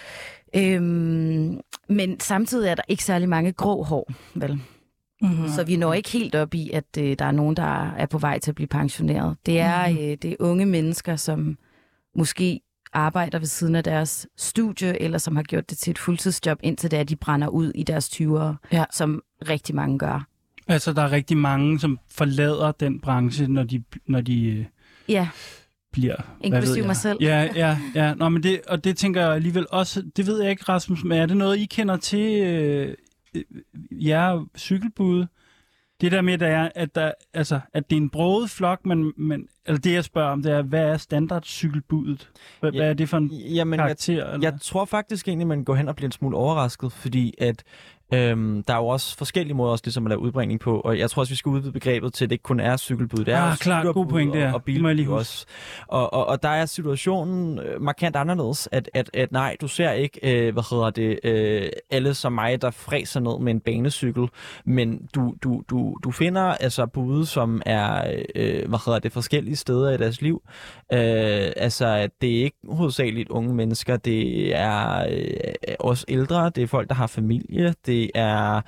men samtidig er der ikke særlig mange grå hår, vel? Så vi når ikke helt op i, at der er nogen, der er på vej til at blive pensioneret. Det er unge mennesker, som måske arbejder ved siden af deres studie, eller som har gjort det til et fuldtidsjob, indtil det er, de brænder ud i deres 20'ere, som rigtig mange gør.
Altså, der er rigtig mange, som forlader den branche, når de bliver...
Inklusive mig selv.
Ja. Nå, men det tænker jeg alligevel også... Det ved jeg ikke, Rasmus, men er det noget, I kender til jer cykelbude? Det der med, at det er en broget flok, men eller det jeg spørger om, det er, hvad er standardcykelbudet? Hvad er det for en karakter?
Jeg tror faktisk egentlig, man går hen og bliver en smule overrasket, fordi at der er jo også forskellige måder også ligesom at lave udbringning på, og jeg tror også, vi skal udvide begrebet til, at det ikke kun er cykelbud. Det er også
klart, god point der.
Og bilbud også. Og der er situationen markant anderledes, at nej, du ser ikke, alle som mig, der fræser ned med en banecykel, men du finder altså bude, som er, forskellige steder i deres liv. Altså, det er ikke hovedsageligt unge mennesker, det er også ældre, det er folk, der har familie, det er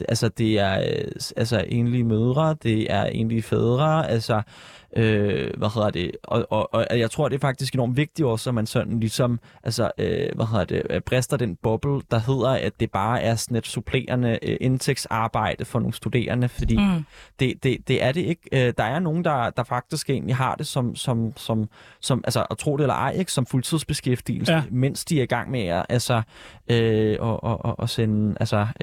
enlige mødre, det er enlige fædre, altså og jeg tror, det er faktisk enormt vigtigt også, at man sådan ligesom brister den boble, der hedder, at det bare er sådan et supplerende indtægtsarbejde for nogle studerende, fordi det er det ikke. Der er nogen, der faktisk egentlig har det som altså, at tro det eller ej, ikke, som fuldtidsbeskæftigelse, mens de er i gang med at sende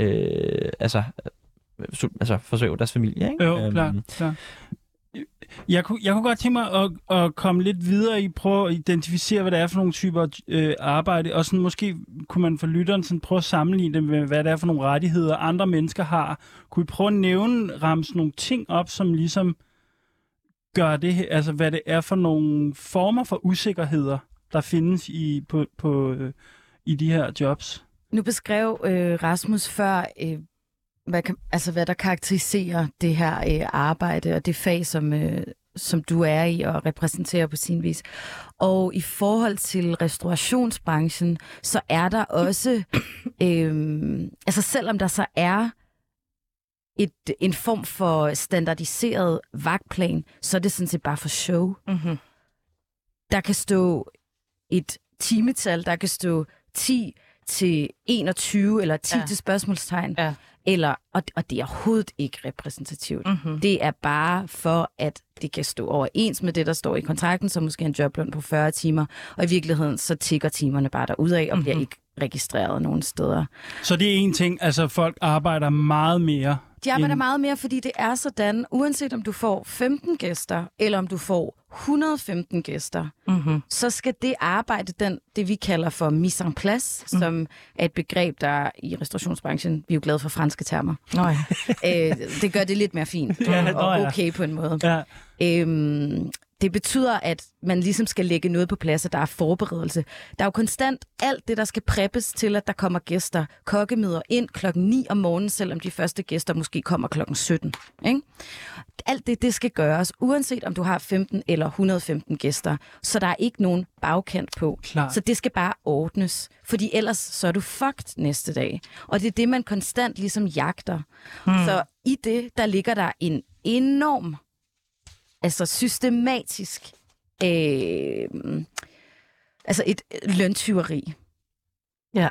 forsøge deres familie, ikke?
Jo, klar. Jeg kunne godt tænke mig at komme lidt videre i prøve at identificere, hvad det er for nogle typer arbejde, og sådan måske kunne man for lytteren sådan prøve at sammenligne det med, hvad det er for nogle rettigheder, andre mennesker har. Kunne I prøve at ramse nogle ting op, som ligesom gør det, altså hvad det er for nogle former for usikkerheder, der findes i de her jobs? Nu
beskrev Rasmus før, hvad der karakteriserer det her arbejde og det fag, som du er i og repræsenterer på sin vis. Og i forhold til restaurationsbranchen, så er der også, selvom der så er en form for standardiseret vagtplan, så er det sådan set bare for show. Der kan stå et timetal, der kan stå 10 til 21 eller 10 til spørgsmålstegn. Ja. Og det er overhovedet ikke repræsentativt. Det er bare for, at det kan stå overens med det, der står i kontrakten, som måske en jobløn på 40 timer, og i virkeligheden så tikker timerne bare derudad og bliver ikke registreret nogle steder.
Så det er en ting, altså folk arbejder meget mere.
De arbejder meget mere, fordi det er sådan, uanset om du får 15 gæster, eller om du får 115 gæster, så skal det arbejde, det vi kalder for mise en place, som er et begreb, der i restaurationsbranchen, vi er jo glade for franske termer. Det gør det lidt mere fint og okay på en måde. Ja. Det betyder, at man ligesom skal lægge noget på plads, og der er forberedelse. Der er jo konstant alt det, der skal preppes til, at der kommer gæster. Kokkemøder ind 9:00 om morgenen, selvom de første gæster måske kommer 17:00. Ikke? Alt det skal gøres, uanset om du har 15 eller 115 gæster. Så der er ikke nogen bagkant på.
Klar.
Så det skal bare ordnes. Fordi ellers så er du fucked næste dag. Og det er det, man konstant ligesom jagter. Så i det, der ligger der en enorm systematisk et løntyveri.
Ja.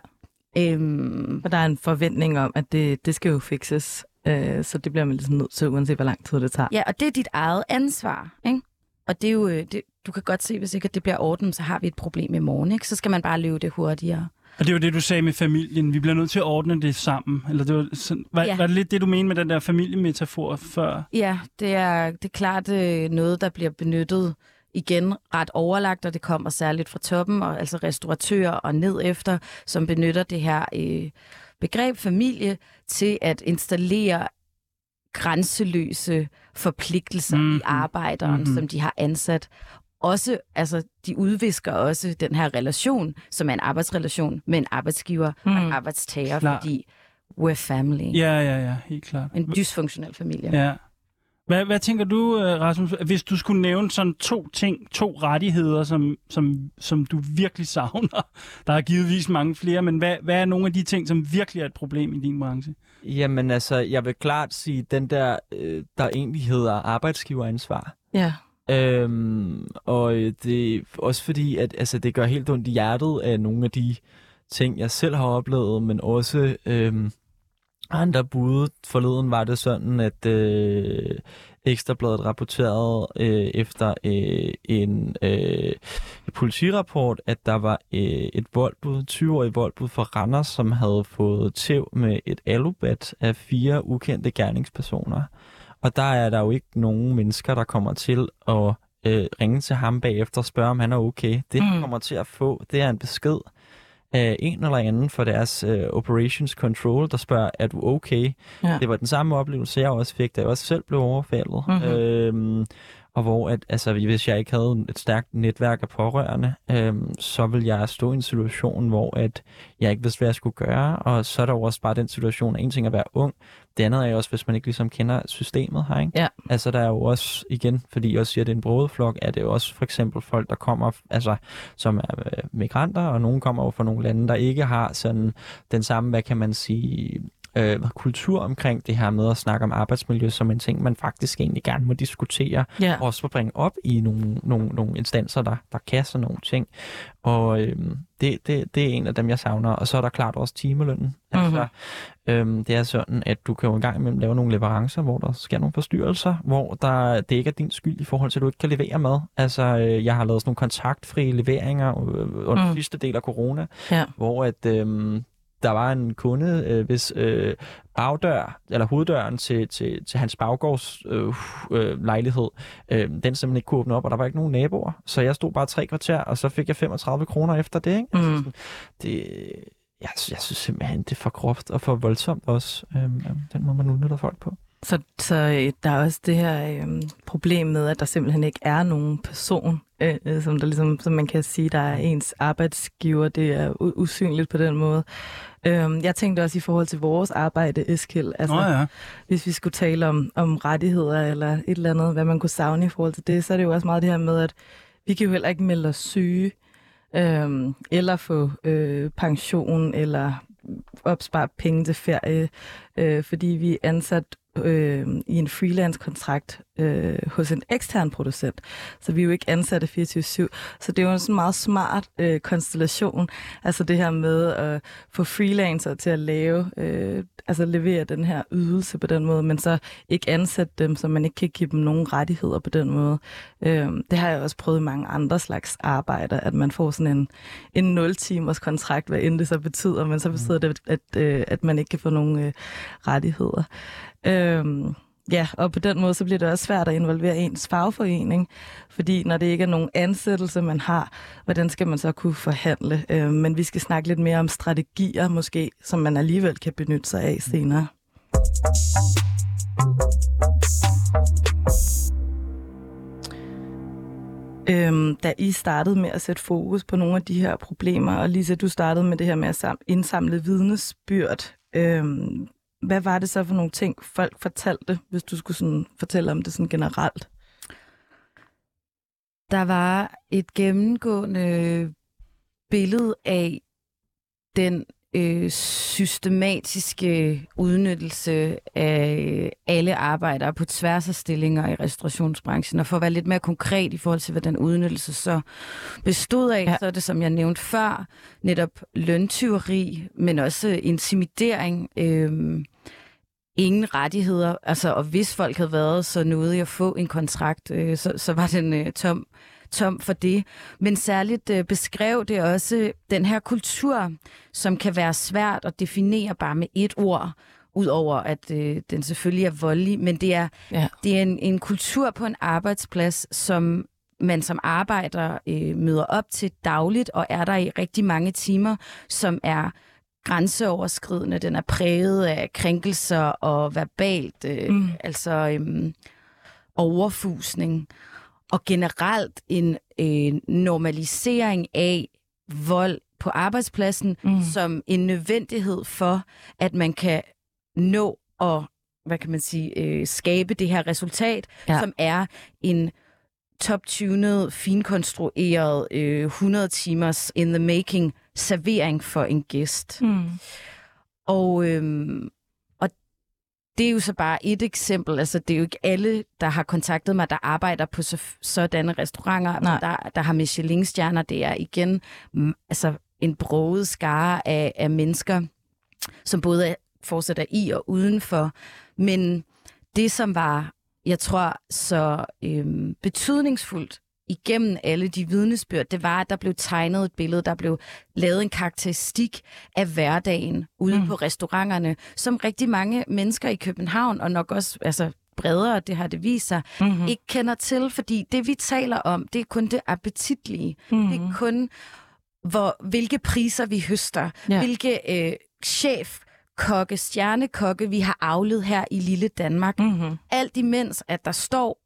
Og der er en forventning om, at det skal jo fikses. Så det bliver man ligesom nødt til, uanset hvor lang tid det tager.
Ja, og det er dit eget ansvar, ikke? Og det er jo, du kan godt se, hvis ikke det bliver ordnet, så har vi et problem i morgen, ikke? Så skal man bare løbe det hurtigere. Og
det var det, du sagde med familien. Vi bliver nødt til at ordne det sammen. Eller det var, sådan, var det lidt det, du mente med den der familiemetafor før?
Ja, det er klart noget, der bliver benyttet igen ret overlagt, og det kommer særligt fra toppen, og altså restauratører og ned efter, som benytter det her begreb familie til at installere grænseløse forpligtelser i arbejderen, som de har ansat. Også, de udvisker også den her relation, som er en arbejdsrelation med en arbejdsgiver og en arbejdstager, fordi we're family.
Ja, helt klart.
En dysfunktionel familie.
Ja. Hvad tænker du, Rasmus, hvis du skulle nævne sådan to rettigheder, som du virkelig savner? Der er givetvis mange flere, men hvad er nogle af de ting, som virkelig er et problem i din branche?
Jamen jeg vil klart sige, den der egentlig hedder arbejdsgiveransvar.
Ja.
Og det er også fordi, at det gør helt ondt i hjertet af nogle af de ting, jeg selv har oplevet, men også andre bud. Forleden var det sådan, at Ekstrabladet rapporterede efter en politirapport, at der var et voldbud, 20-årig voldbud fra Randers, som havde fået tæv med et alubat af 4 ukendte gerningspersoner. Og der er der jo ikke nogen mennesker, der kommer til at ringe til ham bagefter og spørge, om han er okay. Det, han kommer til at få, det er en besked af en eller anden for deres operations control, der spørger, er du okay? Ja. Det var den samme oplevelse, jeg også fik, da jeg også selv blev overfaldet. Og hvor, hvis jeg ikke havde et stærkt netværk af pårørende, så ville jeg stå i en situation, hvor jeg ikke vidste, hvad jeg skulle gøre. Og så er der jo også bare den situation, at en ting er at være ung. Det andet er jo også, hvis man ikke ligesom kender systemet her, ikke? Ja. Altså, der er jo også, igen, fordi jeg også siger, at det er en broget flok, er det jo også for eksempel folk, der kommer, som er migranter, og nogen kommer jo fra nogle lande, der ikke har sådan den samme, hvad kan man sige, kultur omkring det her med at snakke om arbejdsmiljø som en ting, man faktisk egentlig gerne må diskutere, og også få bringe op i nogle instanser, der kan sådan nogle ting. Og det er en af dem, jeg savner. Og så er der klart også timelønnen. Det er sådan, at du kan jo engang imellem lave nogle leverancer, hvor der sker nogle forstyrrelser, hvor det ikke er din skyld i forhold til, at du ikke kan levere mad. Jeg har lavet sådan nogle kontaktfrie leveringer under den sidste del af corona, hvor der var en kunde, hvis bagdør, eller hoveddøren til hans baggårds lejlighed, den simpelthen ikke kunne åbne op, og der var ikke nogen naboer. Så jeg stod bare 3 kvarter, og så fik jeg 35 kroner efter det, ikke? Jeg synes simpelthen, det er for groft og for voldsomt også. Den må man udnytte folk på.
Så der er også det her problem med, at der simpelthen ikke er nogen person, som man kan sige, der er ens arbejdsgiver. Det er usynligt på den måde. Jeg tænkte også i forhold til vores arbejde, Eskild. Hvis vi skulle tale om rettigheder eller et eller andet, hvad man kunne savne i forhold til det, så er det jo også meget det her med, at vi kan jo heller ikke melde os syge, eller få pension, eller opspare penge til ferie, fordi vi er ansat i en freelance-kontrakt hos en ekstern producent. Så vi er jo ikke ansatte 24/7. Så det er jo en sådan meget smart konstellation. Altså det her med at få freelancer til at lave levere den her ydelse på den måde, men så ikke ansætte dem, så man ikke kan give dem nogen rettigheder på den måde. Det har jeg også prøvet i mange andre slags arbejder, at man får sådan en 0-timers kontrakt, hvad end det så betyder, men så betyder det, at man ikke kan få nogen rettigheder. Ja, og på den måde, så bliver det også svært at involvere ens fagforening, fordi når det ikke er nogen ansættelse, man har, hvordan skal man så kunne forhandle? Men vi skal snakke lidt mere om strategier måske, som man alligevel kan benytte sig af senere. Da I startede med at sætte fokus på nogle af de her problemer, og Lisa, du startede med det her med at indsamle vidnesbyrd, hvad var det så for nogle ting, folk fortalte, hvis du skulle sådan fortælle om det sådan generelt?
Der var et gennemgående billede af den systematiske udnyttelse af alle arbejdere på tværs af stillinger i restaurationsbranchen. Og for at være lidt mere konkret i forhold til, hvad den udnyttelse så bestod af, så er det, som jeg nævnte før, netop løntyveri, men også intimidering, ingen rettigheder. Altså, og hvis folk havde været så nåede at få en kontrakt, så var den tom for det. Men særligt beskrev det også den her kultur, som kan være svært at definere bare med et ord, udover at den selvfølgelig er voldelig, men det er en kultur på en arbejdsplads, som man som arbejder møder op til dagligt, og er der i rigtig mange timer, som er grænseoverskridende. Den er præget af krænkelser og verbalt, overfusning. Og generelt en normalisering af vold på arbejdspladsen som en nødvendighed for, at man kan nå og, skabe det her resultat, som er en top-tunet, finkonstrueret 100 timers in the making servering for en gæst. Og det er jo så bare et eksempel. Altså, det er jo ikke alle, der har kontaktet mig, der arbejder på sådanne restauranter, der har Michelin-stjerner. Det er igen en broget skare af mennesker, som både fortsætter i og udenfor. Men det, som var, jeg tror, så betydningsfuldt igennem alle de vidnesbyrd, det var, at der blev tegnet et billede, der blev lavet en karakteristik af hverdagen ude på restauranterne, som rigtig mange mennesker i København, og nok også bredere, det har det vist sig, ikke kender til, fordi det, vi taler om, det er kun det appetitlige. Det er kun, hvilke priser vi høster, hvilke chefkokke, stjernekokke, vi har avlet her i lille Danmark. Alt imens, at der står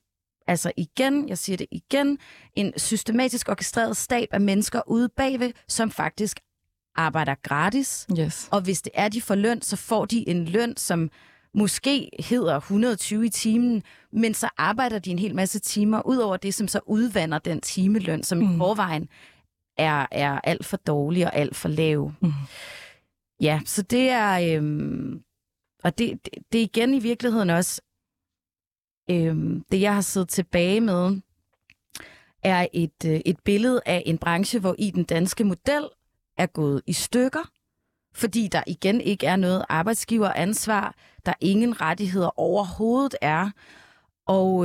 en systematisk orkestreret stab af mennesker ude bagved, som faktisk arbejder gratis.
Yes.
Og hvis det er, de får løn, så får de en løn, som måske hedder 120 i timen, men så arbejder de en hel masse timer, ud over det, som så udvander den timeløn, som i forvejen er alt for dårlig og alt for lav. Ja, så det er... og det er igen i virkeligheden også det, jeg har siddet tilbage med, er et billede af en branche, hvor i den danske model er gået i stykker, fordi der igen ikke er noget arbejdsgiveransvar, der ingen rettigheder overhovedet er, og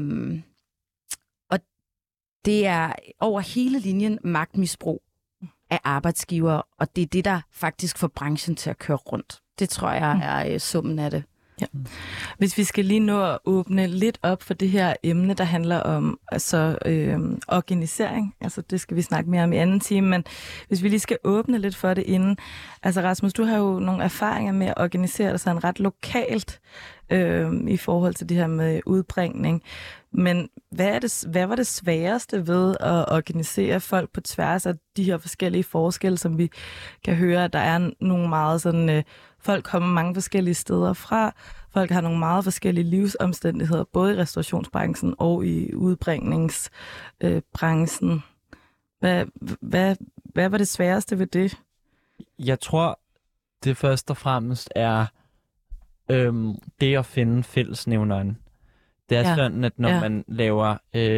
det er over hele linjen magtmisbrug af arbejdsgivere, og det er det, der faktisk får branchen til at køre rundt. Det tror jeg er summen af det.
Ja. Hvis vi skal lige nå at åbne lidt op for det her emne, der handler om organisering, det skal vi snakke mere om i anden time, men hvis vi lige skal åbne lidt for det inden, Rasmus, du har jo nogle erfaringer med at organisere dig sådan ret lokalt i forhold til det her med udbringning, men hvad var det sværeste ved at organisere folk på tværs af de her forskellige forskelle, som vi kan høre, at der er nogle meget sådan... Folk kommer mange forskellige steder fra. Folk har nogle meget forskellige livsomstændigheder, både i restaurationsbranchen og i udbringningsbranchen. Hvad var det sværeste ved det?
Jeg tror, det først og fremmest er det at finde fællesnævneren. Det er sådan, at når man laver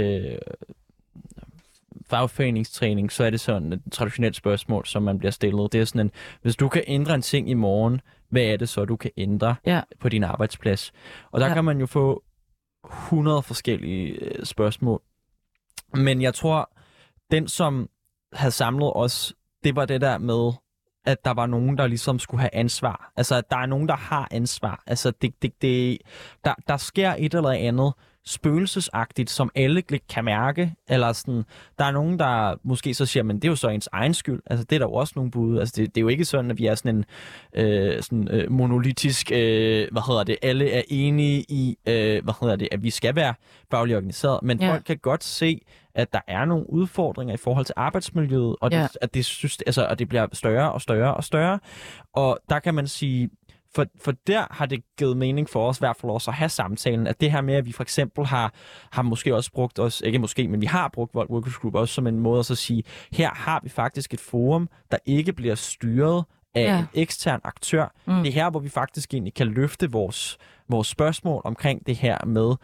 fagforeningstræning, så er det sådan et traditionelt spørgsmål, som man bliver stillet. Det er sådan en, hvis du kan ændre en ting i morgen, hvad er det så, du kan ændre på din arbejdsplads? Og der kan man jo få 100 forskellige spørgsmål. Men jeg tror, den som havde samlet os, det var det der med, at der var nogen, der ligesom skulle have ansvar. Altså, at der er nogen, der har ansvar. Altså, der sker et eller andet spøgelsesagtigt, som alle kan mærke. Eller sådan, der er nogen, der måske så siger, men det er jo så ens egen skyld. Altså, det er der jo også nogle bud. Altså, det er jo ikke sådan, at vi er sådan en monolitisk, alle er enige i, at vi skal være fagligt organiseret. Men folk kan godt se, at der er nogle udfordringer i forhold til arbejdsmiljøet, og at det bliver større og større og større. Og der kan man sige, for der har det givet mening for os, i hvert fald også at have samtalen, at det her med, at vi for eksempel har måske også brugt os, ikke måske, men vi har brugt Volt Workers Group også som en måde at så sige, her har vi faktisk et forum, der ikke bliver styret af en ekstern aktør. Det er her, hvor vi faktisk egentlig kan løfte vores spørgsmål omkring det her med,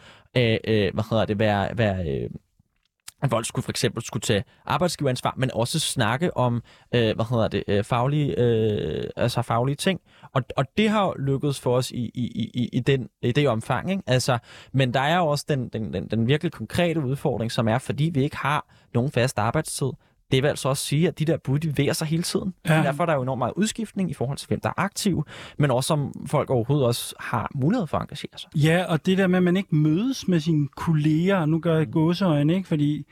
at Volt for eksempel skulle tage arbejdsgiveransvar, men også snakke om faglige ting. Og det har jo lykkedes for os i det omfang, ikke? Altså, men der er jo også den virkelig konkrete udfordring, som er, fordi vi ikke har nogen fast arbejdstid. Det vil altså også sige, at de der bud, de bevæger sig hele tiden. Ja. Derfor er der jo enormt meget udskiftning i forhold til, hvem der er aktiv, men også om folk overhovedet også har mulighed for at engagere sig. Ja,
og det der med, at man ikke mødes med sine kolleger, nu gør jeg gåseøjne, ikke? Fordi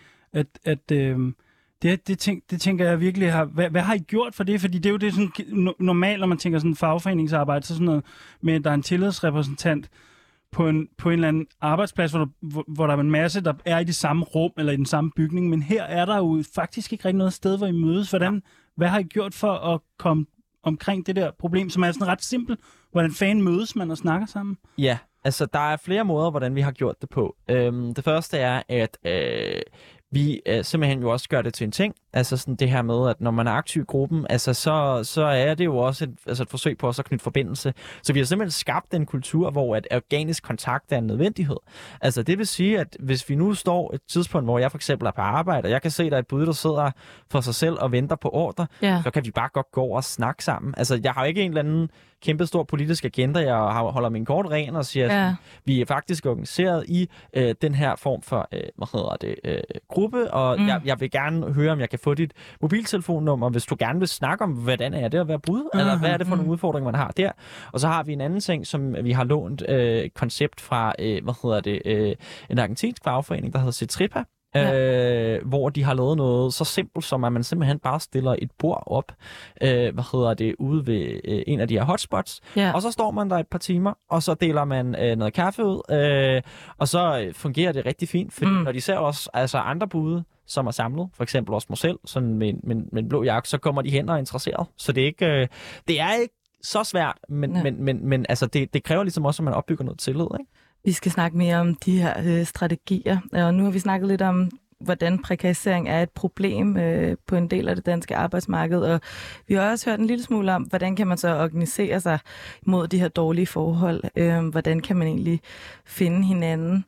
det tænker jeg virkelig har... Hvad har I gjort for det? Fordi det er jo det sådan normalt, når man tænker sådan fagforeningsarbejde, så sådan noget med, at der er en tillidsrepræsentant på en eller anden arbejdsplads, hvor der er en masse, der er i det samme rum eller i den samme bygning, men her er der jo faktisk ikke rigtig noget sted, hvor I mødes. Hvad har I gjort for at komme omkring det der problem, som er sådan ret simpelt? Hvordan fanden mødes man og snakker sammen?
Ja, altså der er flere måder, hvordan vi har gjort det på. Det første er, at vi simpelthen jo også gør det til en ting. Altså sådan det her med, at når man er aktiv i gruppen, altså så er det jo også et forsøg på også at knytte forbindelse. Så vi har simpelthen skabt en kultur, hvor at organisk kontakt er en nødvendighed. Altså det vil sige, at hvis vi nu står et tidspunkt, hvor jeg for eksempel er på arbejde, og jeg kan se, at der er et bud, der sidder for sig selv og venter på ordre, så kan vi bare godt gå over og snakke sammen. Altså jeg har jo ikke en eller anden kæmpe stor politisk agenda. Jeg holder min kort ren og siger, at vi er faktisk organiseret i den her form for gruppe, og jeg vil gerne høre, om jeg kan få dit mobiltelefonnummer, hvis du gerne vil snakke om, hvordan er det at være brud, eller hvad er det for nogle udfordringer, man har der. Og så har vi en anden ting, som vi har lånt et koncept fra, en argentinsk fagforening, der hedder Cetripa, hvor de har lavet noget så simpelt, som at man simpelthen bare stiller et bord op, ude ved en af de her hotspots, og så står man der et par timer, og så deler man noget kaffe ud, og så fungerer det rigtig fint, fordi når de ser også andre bude, som er samlet, for eksempel også mig selv, sådan med en blå jakke, så kommer de hen og er interesseret. Så det er ikke så svært, men altså det kræver ligesom også, at man opbygger noget tillid, ikke?
Vi skal snakke mere om de her strategier, og nu har vi snakket lidt om, hvordan prekarisering er et problem på en del af det danske arbejdsmarked, og vi har også hørt en lille smule om, hvordan kan man så organisere sig mod de her dårlige forhold, hvordan kan man egentlig finde hinanden.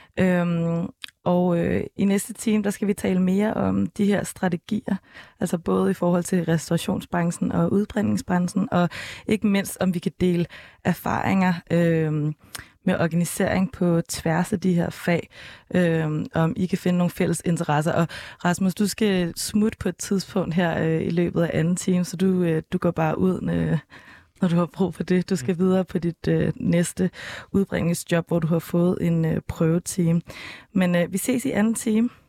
I næste time, der skal vi tale mere om de her strategier, altså både i forhold til restaurationsbranchen og udbringningsbranchen, og ikke mindst om vi kan dele erfaringer med organisering på tværs af de her fag, om I kan finde nogle fælles interesser. Og Rasmus, du skal smutte på et tidspunkt her i løbet af anden time, så du går bare ud, når du har brug for det. Du skal videre på dit næste udbringningsjob, hvor du har fået en prøvetime. Men vi ses i anden time.